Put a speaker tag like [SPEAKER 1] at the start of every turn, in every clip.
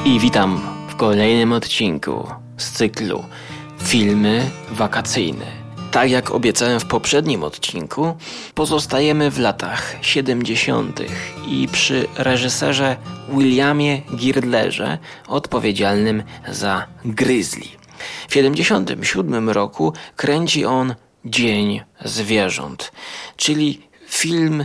[SPEAKER 1] I witam w kolejnym odcinku z cyklu Filmy wakacyjne. Tak jak obiecałem w poprzednim odcinku, pozostajemy w latach 70. i przy reżyserze Williamie Girdlerze, odpowiedzialnym za Grizzly. W 77 roku kręci on Dzień Zwierząt, czyli film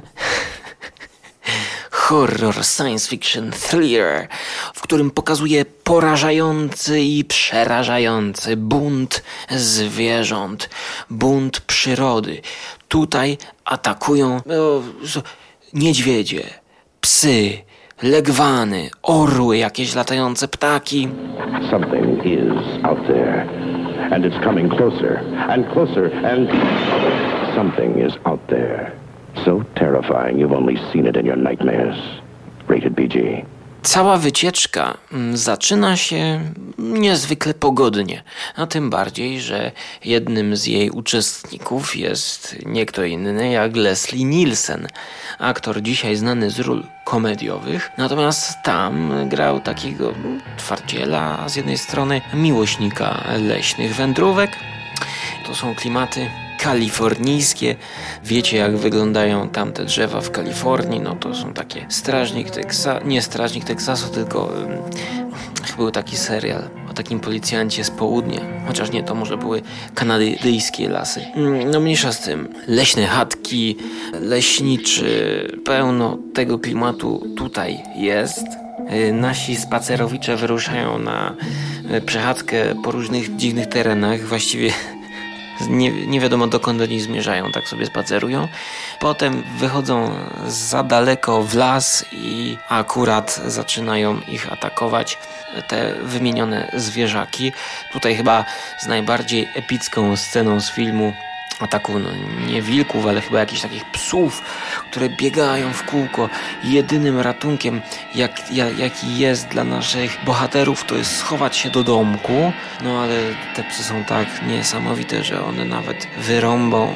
[SPEAKER 1] horror, science fiction, thriller, w którym pokazuje porażający i przerażający bunt zwierząt, bunt przyrody. Tutaj atakują niedźwiedzie, psy, legwany, orły, jakieś latające ptaki.
[SPEAKER 2] Something is out there, and it's coming closer and closer, and something is out there. So terrifying you've only seen it in your nightmares. Rated PG.
[SPEAKER 1] Cała wycieczka zaczyna się niezwykle pogodnie, a tym bardziej, że jednym z jej uczestników jest nie kto inny jak Leslie Nielsen, aktor dzisiaj znany z ról komediowych, natomiast tam grał takiego twardziela, z jednej strony miłośnika leśnych wędrówek. To są klimaty kalifornijskie. Wiecie, jak wyglądają tamte drzewa w Kalifornii? No to są takie nie Strażnik Teksasu, tylko był taki serial o takim policjancie z południa. Chociaż nie, to może były kanadyjskie lasy. No mniejsza z tym. Leśne chatki, leśniczy, pełno tego klimatu tutaj jest. Nasi spacerowicze wyruszają na przechadzkę po różnych dziwnych terenach. Właściwie nie wiadomo, dokąd oni zmierzają, tak sobie spacerują. Potem wychodzą za daleko w las i akurat zaczynają ich atakować te wymienione zwierzaki. Tutaj chyba z najbardziej epicką sceną z filmu ataku, nie wilków, ale chyba jakichś takich psów, które biegają w kółko. Jedynym ratunkiem, jaki jest dla naszych bohaterów, to jest schować się do domku. No ale te psy są tak niesamowite, że one nawet wyrąbą,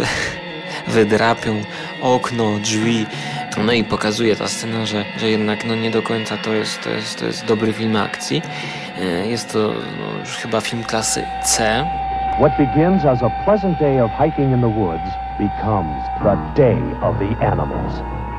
[SPEAKER 1] wydrapią okno, drzwi. No i pokazuje ta scena, że jednak nie do końca to jest dobry film akcji. Jest to już chyba film klasy C.
[SPEAKER 3] What begins as a pleasant day of hiking in the woods becomes the day of the animals.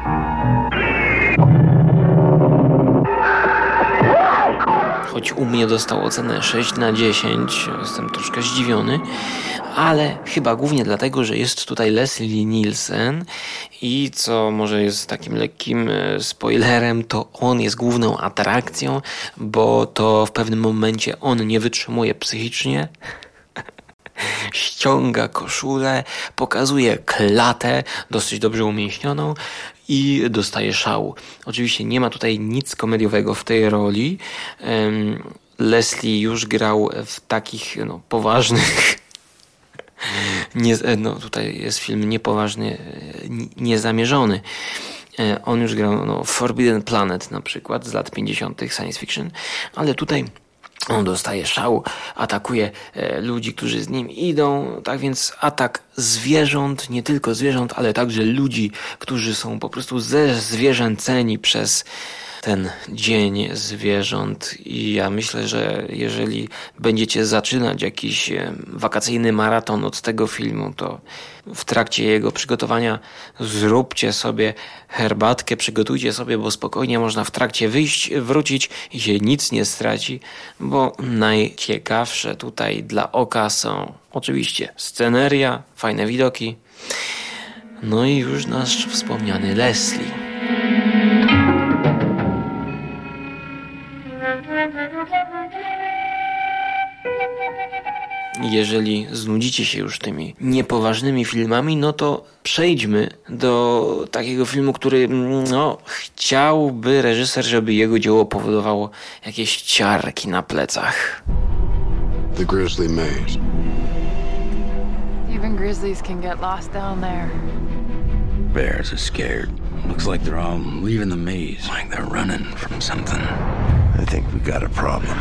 [SPEAKER 1] Choć u mnie dostał ocenę 6 na 10, jestem troszkę zdziwiony, ale chyba głównie dlatego, że jest tutaj Leslie Nielsen i co może jest takim lekkim spoilerem, to on jest główną atrakcją, bo to w pewnym momencie on nie wytrzymuje psychicznie. Ściąga koszulę, pokazuje klatę, dosyć dobrze umięśnioną i dostaje szału. Oczywiście nie ma tutaj nic komediowego w tej roli. Leslie już grał w takich poważnych... tutaj jest film niepoważny, niezamierzony. On już grał Forbidden Planet na przykład z lat 50. science fiction, ale tutaj on dostaje szału, atakuje ludzi, którzy z nim idą. Tak więc atak zwierząt, nie tylko zwierząt, ale także ludzi, którzy są po prostu zezwierzęceni przez ten Dzień Zwierząt. I ja myślę, że jeżeli będziecie zaczynać jakiś wakacyjny maraton od tego filmu, to w trakcie jego przygotowania zróbcie sobie herbatkę, przygotujcie sobie, bo spokojnie można w trakcie wyjść, wrócić i się nic nie straci, bo najciekawsze tutaj dla oka są oczywiście sceneria, fajne widoki, no i już nasz wspomniany Leslie. Jeżeli znudzicie się już tymi niepoważnymi filmami, no to przejdźmy do takiego filmu, który chciałby reżyser, żeby jego dzieło powodowało jakieś ciarki na plecach.
[SPEAKER 4] The Grizzly Maze.
[SPEAKER 5] Even grizzlies can get lost down there.
[SPEAKER 6] Bears are scared. Looks like they're all leaving the maze, like they're running from something.
[SPEAKER 4] I think we got a problem.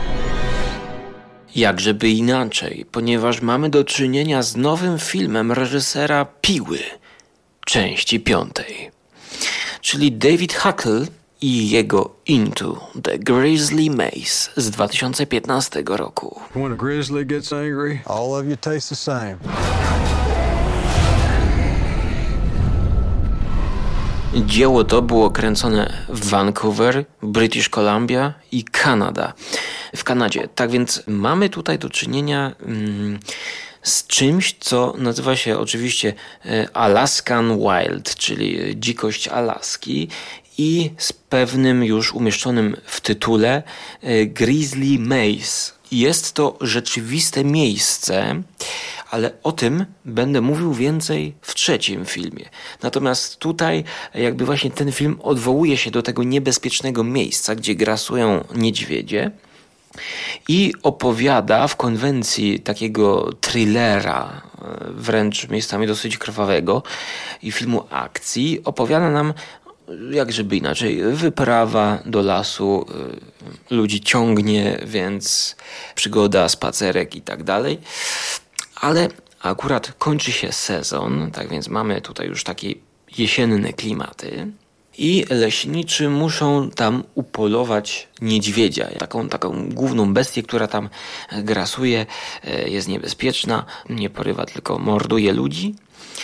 [SPEAKER 1] Jakżeby inaczej, ponieważ mamy do czynienia z nowym filmem reżysera Piły, części 5. Czyli David Huckle i jego Into the Grizzly Maze z 2015 roku.
[SPEAKER 7] When a grizzly gets angry, all of you taste the same.
[SPEAKER 1] Dzieło to było kręcone w Vancouver, British Columbia i Kanada. W Kanadzie. Tak więc mamy tutaj do czynienia z czymś, co nazywa się oczywiście Alaskan Wild, czyli dzikość Alaski, i z pewnym już umieszczonym w tytule Grizzly Maze. Jest to rzeczywiste miejsce, ale o tym będę mówił więcej w trzecim filmie. Natomiast tutaj jakby właśnie ten film odwołuje się do tego niebezpiecznego miejsca, gdzie grasują niedźwiedzie i opowiada w konwencji takiego thrillera, wręcz miejscami dosyć krwawego i filmu akcji, opowiada nam, jak żeby inaczej, wyprawa do lasu, ludzi ciągnie, więc przygoda, spacerek i tak dalej. Ale akurat kończy się sezon, tak więc mamy tutaj już takie jesienne klimaty i leśniczy muszą tam upolować niedźwiedzia, taką główną bestię, która tam grasuje, jest niebezpieczna, nie porywa, tylko morduje ludzi.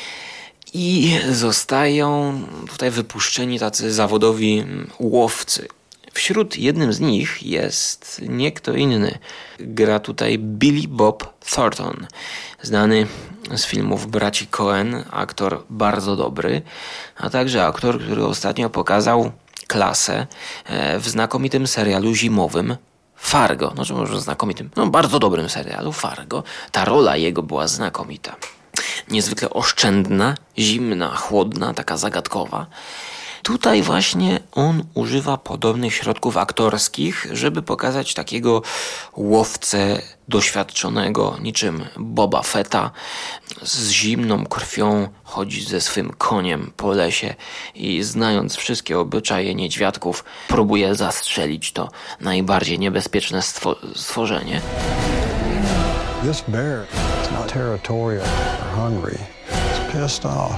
[SPEAKER 1] I zostają tutaj wypuszczeni tacy zawodowi łowcy. Wśród jednym z nich jest nie kto inny. Gra tutaj Billy Bob Thornton, znany z filmów braci Coen, aktor bardzo dobry, a także aktor, który ostatnio pokazał klasę w znakomitym serialu zimowym Fargo. Znaczy może znakomitym, bardzo dobrym serialu Fargo. Ta rola jego była znakomita. Niezwykle oszczędna, zimna, chłodna, taka zagadkowa. Tutaj właśnie on używa podobnych środków aktorskich, żeby pokazać takiego łowcę doświadczonego, niczym Boba Fetta, z zimną krwią chodzi ze swym koniem po lesie i znając wszystkie obyczaje niedźwiadków, próbuje zastrzelić to najbardziej niebezpieczne stworzenie.
[SPEAKER 7] This bear is not territorial or hungry. It's pissed off.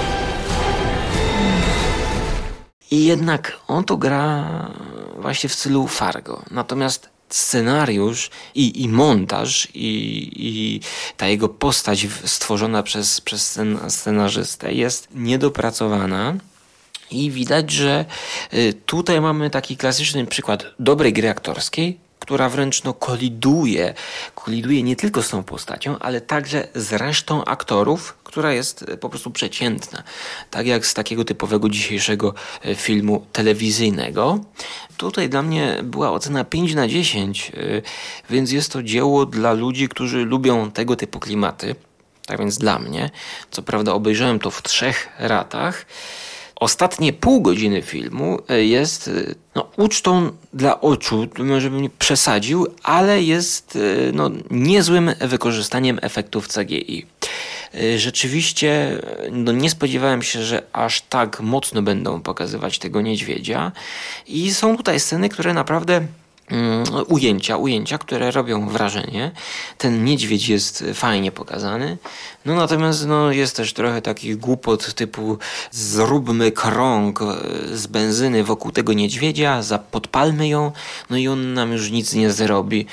[SPEAKER 1] I jednak on tu gra właśnie w stylu Fargo. Natomiast scenariusz i montaż i ta jego postać stworzona przez scenarzystę jest niedopracowana. I widać, że tutaj mamy taki klasyczny przykład dobrej gry aktorskiej, która wręcz koliduje nie tylko z tą postacią, ale także z resztą aktorów, która jest po prostu przeciętna. Tak jak z takiego typowego dzisiejszego filmu telewizyjnego. Tutaj dla mnie była ocena 5/10, więc jest to dzieło dla ludzi, którzy lubią tego typu klimaty. Tak więc dla mnie. Co prawda obejrzałem to w 3 ratach. Ostatnie pół godziny filmu jest ucztą dla oczu, żebym nie przesadził, ale jest niezłym wykorzystaniem efektów CGI. Rzeczywiście nie spodziewałem się, że aż tak mocno będą pokazywać tego niedźwiedzia i są tutaj sceny, które naprawdę ujęcia, które robią wrażenie. Ten niedźwiedź jest fajnie pokazany. Natomiast jest też trochę takich głupot typu zróbmy krąg z benzyny wokół tego niedźwiedzia, podpalmy ją, i on nam już nic nie zrobi.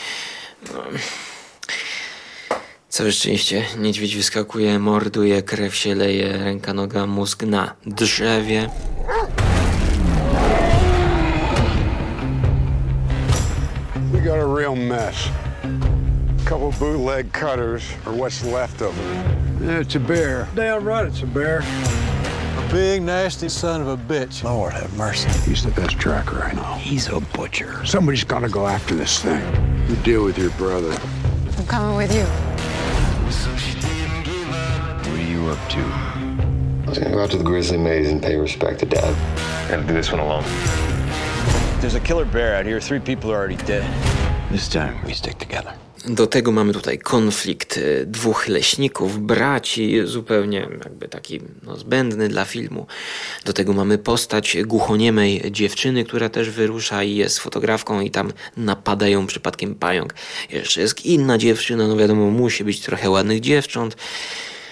[SPEAKER 1] Całe szczęście niedźwiedź wyskakuje, morduje, krew się leje, ręka, noga, mózg na drzewie.
[SPEAKER 4] We got a real mess. A couple bootleg cutters, or what's left of them.
[SPEAKER 7] Yeah, it's a bear. Damn right it's a bear. A big, nasty son of a bitch. Lord have mercy.
[SPEAKER 4] He's the best tracker I know.
[SPEAKER 6] He's a butcher.
[SPEAKER 4] Somebody's got to go after this thing. You deal with your brother.
[SPEAKER 5] I'm coming with you.
[SPEAKER 6] What are you up to?
[SPEAKER 8] I was gonna go out to the Grizzly Maze and pay respect to Dad.
[SPEAKER 9] I gotta do this one alone.
[SPEAKER 6] There's a killer bear out here. 3 people are already dead. This time we stick together.
[SPEAKER 1] Do tego mamy tutaj konflikt 2 leśników, braci, zupełnie jakby taki zbędny dla filmu. Do tego mamy postać głuchoniemej dziewczyny, która też wyrusza i jest fotografką i tam napadają przypadkiem pająk. Jeszcze jest inna dziewczyna, wiadomo, musi być trochę ładnych dziewcząt.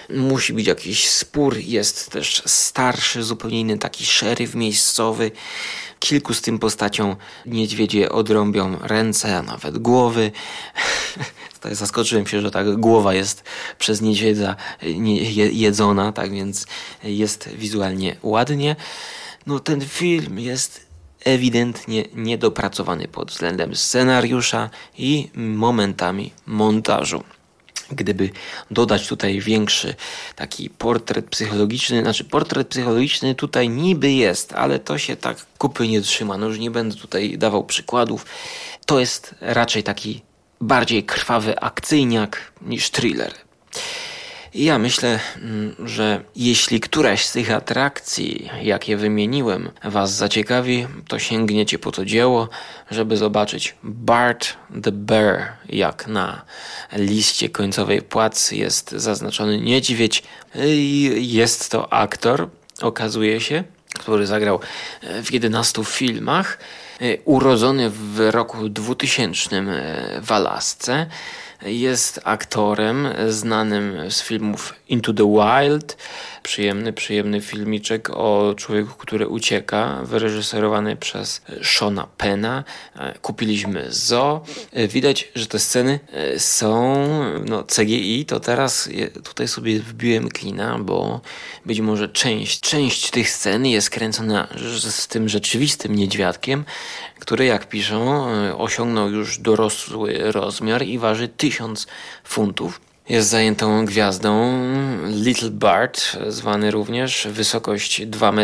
[SPEAKER 1] musi być jakiś spór, jest też starszy, zupełnie inny taki szeryf miejscowy. Kilku z tym postaciom niedźwiedzie odrąbią ręce, a nawet głowy. Tutaj zaskoczyłem się, że ta głowa jest przez niedźwiedzia jedzona, tak więc jest wizualnie ładnie. No ten film jest ewidentnie niedopracowany pod względem scenariusza i momentami montażu. Gdyby dodać tutaj większy taki portret psychologiczny tutaj niby jest, ale to się tak kupy nie trzyma. No już nie będę tutaj dawał przykładów. To jest raczej taki bardziej krwawy akcyjniak niż thriller. I ja myślę, że jeśli któraś z tych atrakcji, jakie wymieniłem, was zaciekawi, to sięgniecie po to dzieło, żeby zobaczyć Bart the Bear, jak na liście końcowej płacy jest zaznaczony niedźwiedź. I jest to aktor, okazuje się, który zagrał w 11 filmach, urodzony w roku 2000 w Alasce. Jest aktorem znanym z filmów Into the Wild, przyjemny filmiczek o człowieku, który ucieka, wyreżyserowany przez Seana Penna. Kupiliśmy Zoo. Widać, że te sceny są CGI, to teraz tutaj sobie wbiłem klina, bo być może część tych scen jest kręcona z tym rzeczywistym niedźwiadkiem, który, jak piszą, osiągnął już dorosły rozmiar i waży 1000 funtów. Jest zajętą gwiazdą Little Bart, zwany również, wysokość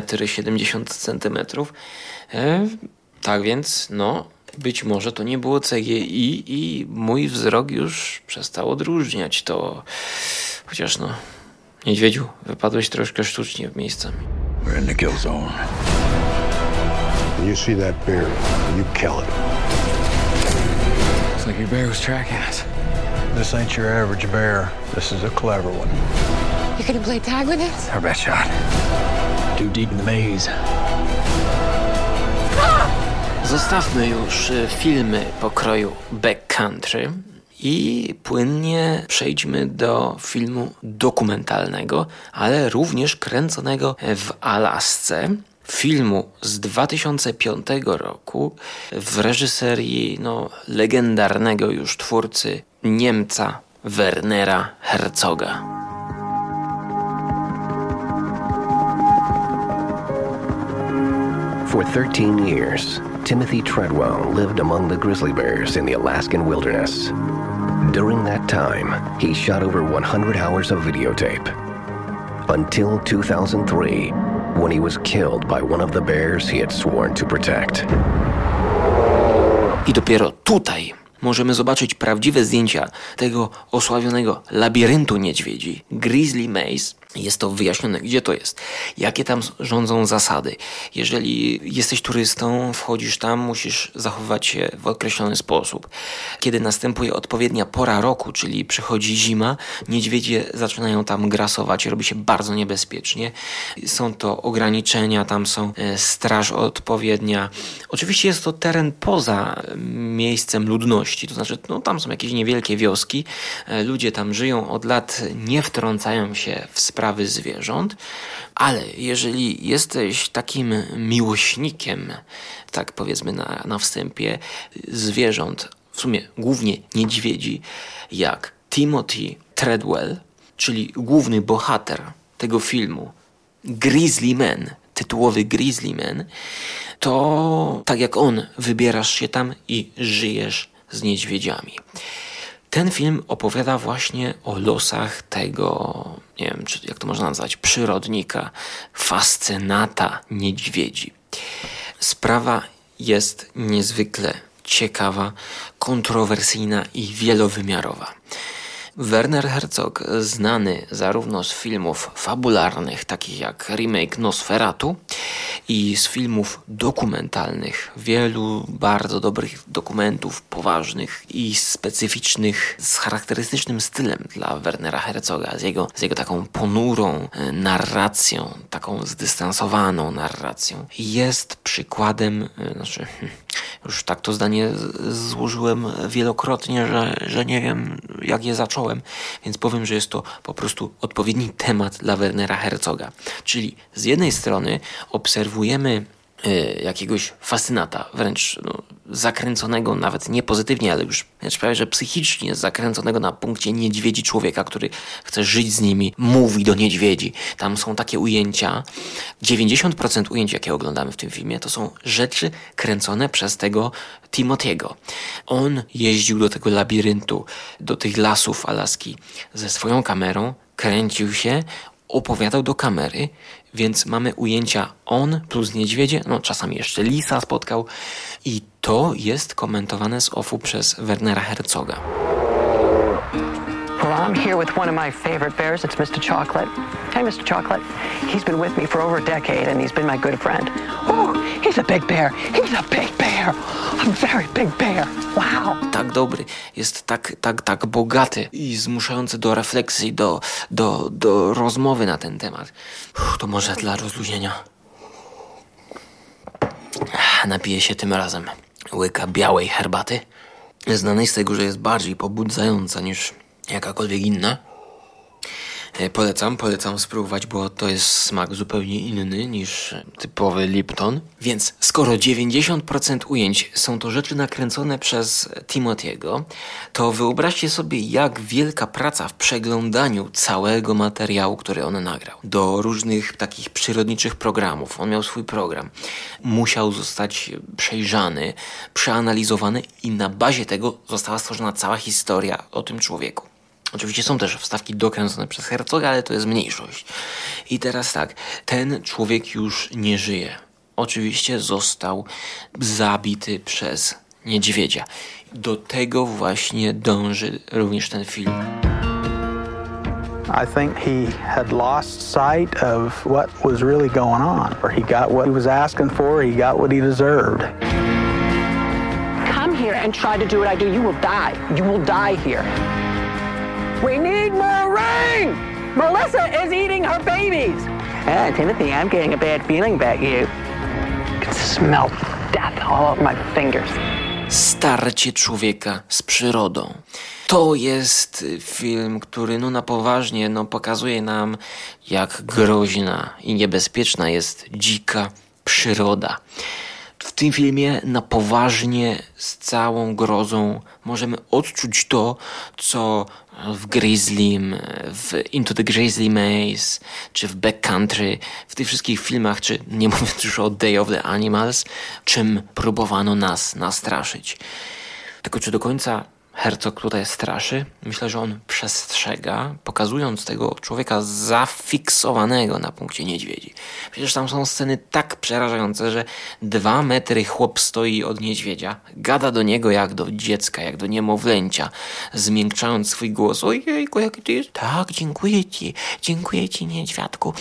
[SPEAKER 1] 2,70 m. Tak więc, być może to nie było CGI i mój wzrok już przestał odróżniać to. Chociaż niedźwiedziu, wypadłeś troszkę sztucznie miejscami.
[SPEAKER 6] We're in the kill zone.
[SPEAKER 4] When you see that bear, you kill it.
[SPEAKER 6] Looks like your bear was tracking us.
[SPEAKER 7] This ain't your average bear. This is a clever one.
[SPEAKER 5] You gonna play tag with us?
[SPEAKER 6] Our best shot. Too deep in the maze.
[SPEAKER 1] Zostawmy już filmy pokroju backcountry i płynnie przejdźmy do filmu dokumentalnego, ale również kręconego w Alasce. Filmu z 2005 roku w reżyserii legendarnego już twórcy Niemca Wernera Herzoga.
[SPEAKER 9] For 13 years, Timothy Treadwell lived among the grizzly bears in the Alaskan wilderness. During that time, he shot over 100 hours of videotape. Until 2003, when he was killed by one of the bears he had sworn to protect.
[SPEAKER 1] I dopiero tutaj możemy zobaczyć prawdziwe zdjęcia tego osławionego labiryntu niedźwiedzi, Grizzly Maze. Jest to wyjaśnione, gdzie to jest, jakie tam rządzą zasady. Jeżeli jesteś turystą, wchodzisz tam, musisz zachowywać się w określony sposób. Kiedy następuje odpowiednia pora roku, czyli przychodzi zima, niedźwiedzie zaczynają tam grasować, robi się bardzo niebezpiecznie. Są to ograniczenia, tam są straż odpowiednia. Oczywiście jest to teren poza miejscem ludności, to znaczy tam są jakieś niewielkie wioski, ludzie tam żyją od lat, nie wtrącają się w sprawy zwierząt, ale jeżeli jesteś takim miłośnikiem, tak powiedzmy na wstępie, zwierząt, w sumie głównie niedźwiedzi, jak Timothy Treadwell, czyli główny bohater tego filmu, Grizzly Man, tytułowy Grizzly Man, to tak jak on wybierasz się tam i żyjesz z niedźwiedziami. Ten film opowiada właśnie o losach tego, nie wiem, jak to można nazwać, przyrodnika, fascynata niedźwiedzi. Sprawa jest niezwykle ciekawa, kontrowersyjna i wielowymiarowa. Werner Herzog, znany zarówno z filmów fabularnych, takich jak remake Nosferatu, i z filmów dokumentalnych, wielu bardzo dobrych dokumentów, poważnych i specyficznych, z charakterystycznym stylem dla Wernera Herzoga, z jego taką ponurą narracją, taką zdystansowaną narracją. Jest przykładem, Już tak to zdanie złożyłem wielokrotnie, że nie wiem, jak je zacząłem, więc powiem, że jest to po prostu odpowiedni temat dla Wernera Herzoga. Czyli z jednej strony obserwujemy jakiegoś fascynata, wręcz zakręconego, nawet nie pozytywnie, ale już prawie że psychicznie zakręconego na punkcie niedźwiedzi człowieka, który chce żyć z nimi, mówi do niedźwiedzi. Tam są takie ujęcia, 90% ujęć, jakie oglądamy w tym filmie, to są rzeczy kręcone przez tego Timothy'ego. On jeździł do tego labiryntu, do tych lasów Alaski ze swoją kamerą, kręcił się, opowiadał do kamery, więc mamy ujęcia on plus niedźwiedzie, czasami jeszcze lisa spotkał i to jest komentowane z offu przez Wernera Herzoga.
[SPEAKER 10] Well, I'm here with one of my favorite bears. It's Mr. Chocolate. Hey, Mr. Chocolate. He's been with me for over a decade, and he's been my good friend. Oh, he's a big bear. He's a big bear. A very big bear. Wow.
[SPEAKER 1] Tak dobry, jest tak bogaty i zmuszający do refleksji, do rozmowy na ten temat. To może dla rozluźnienia. Napiję się tym razem łyka białej herbaty, znanej z tego, że jest bardziej pobudzająca niż jakakolwiek inna. Polecam spróbować, bo to jest smak zupełnie inny niż typowy Lipton. Więc skoro 90% ujęć są to rzeczy nakręcone przez Timothy'ego, to wyobraźcie sobie, jak wielka praca w przeglądaniu całego materiału, który on nagrał. Do różnych takich przyrodniczych programów. On miał swój program. Musiał zostać przejrzany, przeanalizowany i na bazie tego została stworzona cała historia o tym człowieku. Oczywiście są też wstawki dokręcone przez Herzoga, ale to jest mniejszość. I teraz tak, ten człowiek już nie żyje. Oczywiście został zabity przez niedźwiedzia. Do tego właśnie dąży również ten film.
[SPEAKER 11] I think he had lost sight of what was really going on. He got what he was asking for, he got what he deserved.
[SPEAKER 10] Come here and try to do what I do. You will die. You will die here. We need more rain! Melissa is eating her babies! Timothy, I'm getting a bad feeling about you. I can smell death all over my fingers.
[SPEAKER 1] Starcie człowieka z przyrodą. To jest film, który na poważnie pokazuje nam, jak groźna i niebezpieczna jest dzika przyroda. W tym filmie na poważnie, z całą grozą możemy odczuć to, co w Grizzlym, w Into the Grizzly Maze, czy w Backcountry, w tych wszystkich filmach, czy nie mówiąc już o Day of the Animals, czym próbowano nas nastraszyć. Tylko czy do końca Herzog tutaj straszy? Myślę, że on przestrzega, pokazując tego człowieka zafiksowanego na punkcie niedźwiedzi. Przecież tam są sceny tak przerażające, że 2 metry chłop stoi od niedźwiedzia, gada do niego jak do dziecka, jak do niemowlęcia, zmiękczając swój głos. Ojejku, jaki ty jest? Tak, dziękuję ci niedźwiadku,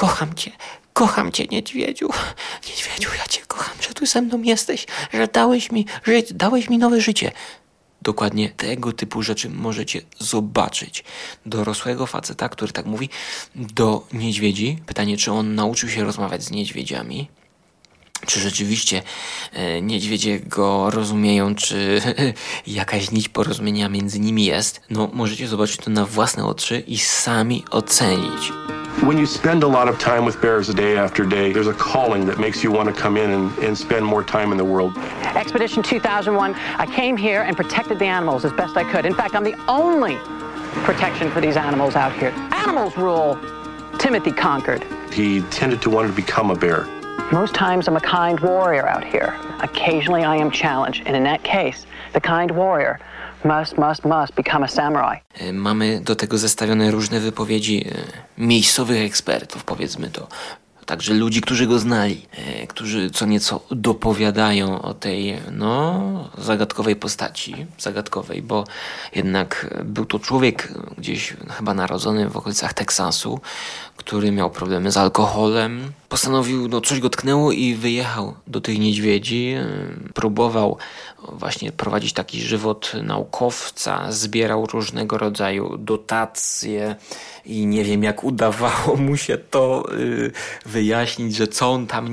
[SPEAKER 1] kocham cię, niedźwiedziu. Niedźwiedziu, ja cię kocham, że tu ze mną jesteś, że dałeś mi nowe życie. Dokładnie tego typu rzeczy możecie zobaczyć. Dorosłego faceta, który tak mówi do niedźwiedzi. Pytanie, czy on nauczył się rozmawiać z niedźwiedziami? Czy rzeczywiście niedźwiedzie go rozumieją, czy jakaś nić porozumienia między nimi jest? Możecie zobaczyć to na własne oczy i sami ocenić.
[SPEAKER 12] When you spend a lot of time with bears day after day, there's a calling that makes you want to come in and spend more time in the world.
[SPEAKER 10] Expedition 2001, I came here and protected the animals as best I could. In fact, I'm the only protection for these animals out here. Animals rule. Timothy conquered.
[SPEAKER 12] He tended to want to become a bear.
[SPEAKER 10] Most times I'm a kind warrior out here. Occasionally I am challenged, and in that case, the kind warrior must become a samurai.
[SPEAKER 1] Mamy do tego zestawione różne wypowiedzi miejscowych ekspertów, powiedzmy to. Także ludzi, którzy go znali, którzy co nieco dopowiadają o tej, zagadkowej postaci. Zagadkowej, bo jednak był to człowiek gdzieś chyba narodzony w okolicach Teksasu, który miał problemy z alkoholem. Postanowił, coś go tknęło i wyjechał do tych niedźwiedzi. Próbował właśnie prowadzić taki żywot naukowca, zbierał różnego rodzaju dotacje i nie wiem, jak udawało mu się to wyjaśnić, że co on tam niby robi.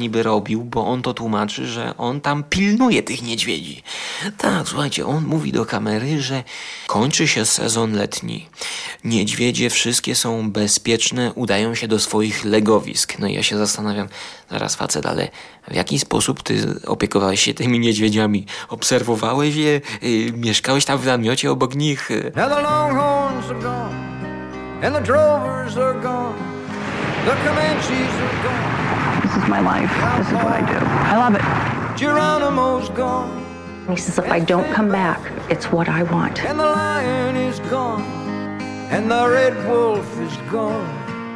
[SPEAKER 1] robił, bo on to tłumaczy, że on tam pilnuje tych niedźwiedzi. Tak, słuchajcie, on mówi do kamery, że kończy się sezon letni. Niedźwiedzie wszystkie są bezpieczne, udają się do swoich legowisk. No i ja się zastanawiam, zaraz facet, ale w jaki sposób ty opiekowałeś się tymi niedźwiedziami? Obserwowałeś je? Mieszkałeś tam w namiocie obok nich?
[SPEAKER 13] Now the longhorns are gone and the drovers are gone. The Comanches are gone.
[SPEAKER 10] This is my life. This is what I do. I love it.
[SPEAKER 13] Geronimo's gone.
[SPEAKER 5] He says if I don't come back, it's what I want.
[SPEAKER 13] And the lion is gone. And the red wolf is gone.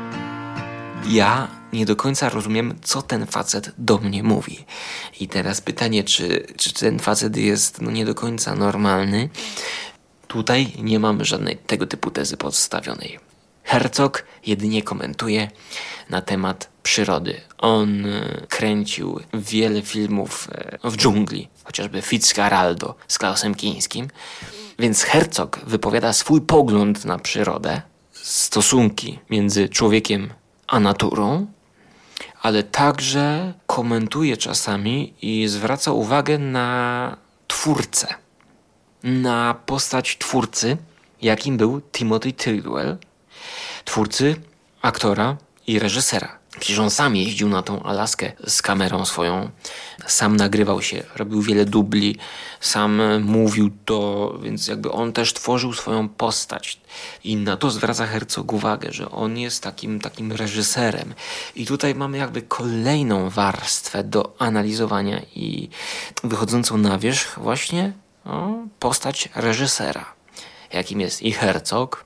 [SPEAKER 1] Ja nie do końca rozumiem, co ten facet do mnie mówi. I teraz pytanie, czy ten facet jest nie do końca normalny? Tutaj nie mamy żadnej tego typu tezy podstawionej. Herzog jedynie komentuje na temat przyrody. On kręcił wiele filmów w dżungli, chociażby Fitzcarraldo z Klausem Kinskим. Więc Herzog wypowiada swój pogląd na przyrodę, stosunki między człowiekiem a naturą, ale także komentuje czasami i zwraca uwagę na twórcę, na postać twórcy, jakim był Timothy Treadwell, twórcy, aktora i reżysera. Przecież on sam jeździł na tą Alaskę z kamerą swoją, sam nagrywał się, robił wiele dubli, sam mówił to, więc jakby on też tworzył swoją postać. I na to zwraca Herzog uwagę, że on jest takim reżyserem. I tutaj mamy jakby kolejną warstwę do analizowania i wychodzącą na wierzch właśnie postać reżysera, jakim jest i Herzog,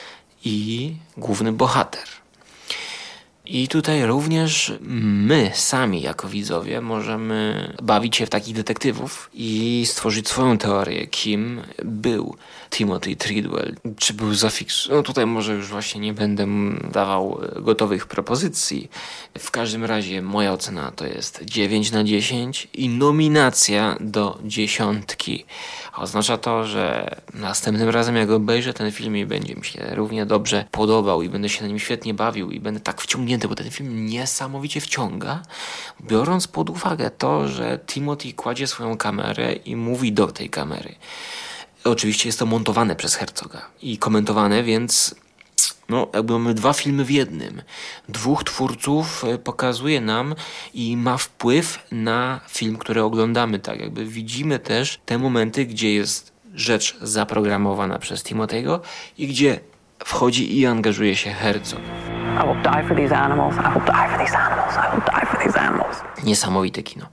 [SPEAKER 1] i główny bohater. I tutaj również my sami jako widzowie możemy bawić się w takich detektywów i stworzyć swoją teorię, kim był Timothy Treadwell. Czy był zafiks? No tutaj może już właśnie nie będę dawał gotowych propozycji. W każdym razie moja ocena to jest 9/10 i nominacja do 10. Oznacza to, że następnym razem jak obejrzę ten film i będzie mi się równie dobrze podobał i będę się na nim świetnie bawił i będę tak wciągnięty, bo ten film niesamowicie wciąga, biorąc pod uwagę to, że Timothy kładzie swoją kamerę i mówi do tej kamery. Oczywiście jest to montowane przez Herzoga i komentowane, więc jakby mamy dwa filmy w jednym. Dwóch twórców pokazuje nam i ma wpływ na film, który oglądamy. Tak jakby widzimy też te momenty, gdzie jest rzecz zaprogramowana przez Timothy'ego i gdzie wchodzi i angażuje się Herzog.
[SPEAKER 10] I will die for these animals. I will die for these animals. I will die for these animals.
[SPEAKER 1] Niesamowite kino.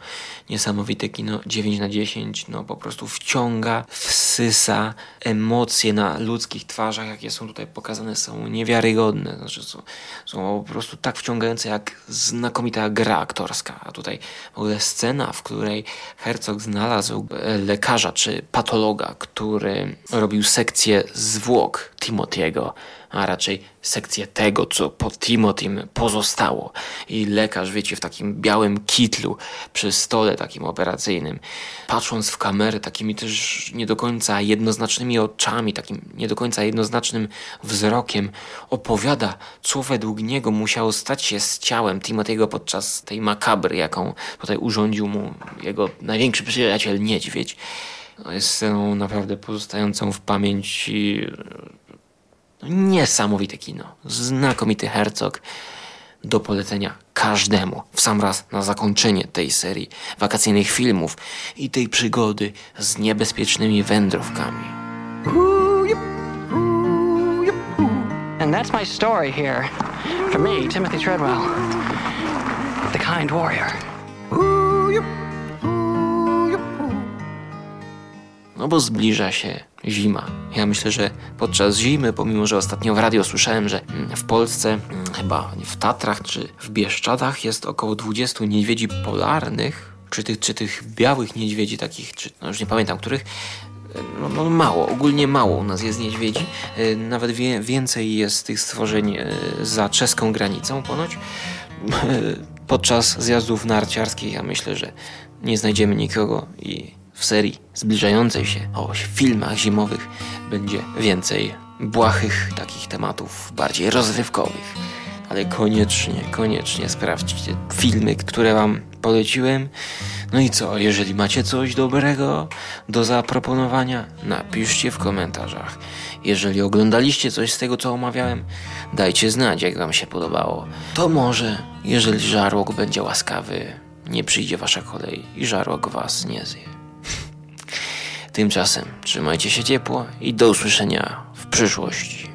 [SPEAKER 1] 9/10, po prostu wciąga, wsysa, emocje na ludzkich twarzach, jakie są tutaj pokazane, są niewiarygodne. Znaczy są po prostu tak wciągające, jak znakomita gra aktorska. A tutaj w ogóle scena, w której Herzog znalazł lekarza czy patologa, który robił sekcję zwłok Timothy'ego, a raczej sekcję tego, co po Timothym pozostało. I lekarz, wiecie, w takim białym kitlu przy stole takim operacyjnym, patrząc w kamerę takimi też nie do końca jednoznacznymi oczami, takim nie do końca jednoznacznym wzrokiem, opowiada, co według niego musiało stać się z ciałem Timothy'ego podczas tej makabry, jaką tutaj urządził mu jego największy przyjaciel niedźwiedź. Jest sceną naprawdę pozostającą w pamięci. Niesamowite kino. Znakomity Herzog. Do polecenia każdemu w sam raz na zakończenie tej serii wakacyjnych filmów i tej przygody z niebezpiecznymi wędrówkami.
[SPEAKER 10] And that's my story here. For me, Timothy Treadwell, the kind warrior.
[SPEAKER 1] Bo zbliża się zima. Ja myślę, że podczas zimy, pomimo że ostatnio w radio słyszałem, że w Polsce, chyba w Tatrach czy w Bieszczadach jest około 20 niedźwiedzi polarnych, czy tych białych niedźwiedzi takich, już nie pamiętam których, mało, ogólnie mało u nas jest niedźwiedzi. Nawet więcej jest tych stworzeń za czeską granicą ponoć. Podczas zjazdów narciarskich ja myślę, że nie znajdziemy nikogo i w serii zbliżającej się o filmach zimowych będzie więcej błahych takich tematów, bardziej rozrywkowych. ale koniecznie sprawdźcie filmy, które wam poleciłem. No i co, jeżeli macie coś dobrego do zaproponowania, napiszcie w komentarzach. Jeżeli oglądaliście coś z tego, co omawiałem, dajcie znać, jak wam się podobało. To może, jeżeli żarłok będzie łaskawy, nie przyjdzie wasza kolej i żarłok was nie zje. Tymczasem trzymajcie się ciepło i do usłyszenia w przyszłości.